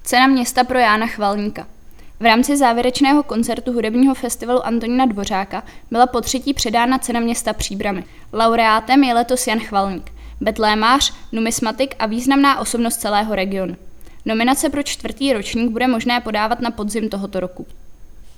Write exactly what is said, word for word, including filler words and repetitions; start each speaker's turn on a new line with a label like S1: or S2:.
S1: Cena města pro Jána Chvalníka. V rámci závěrečného koncertu hudebního festivalu Antonína Dvořáka byla potřetí předána cena města Příbrami. Laureátem je letos Jan Chvalník, betlémář, numismatik a významná osobnost celého regionu. Nominace pro čtvrtý ročník bude možné podávat na podzim tohoto roku.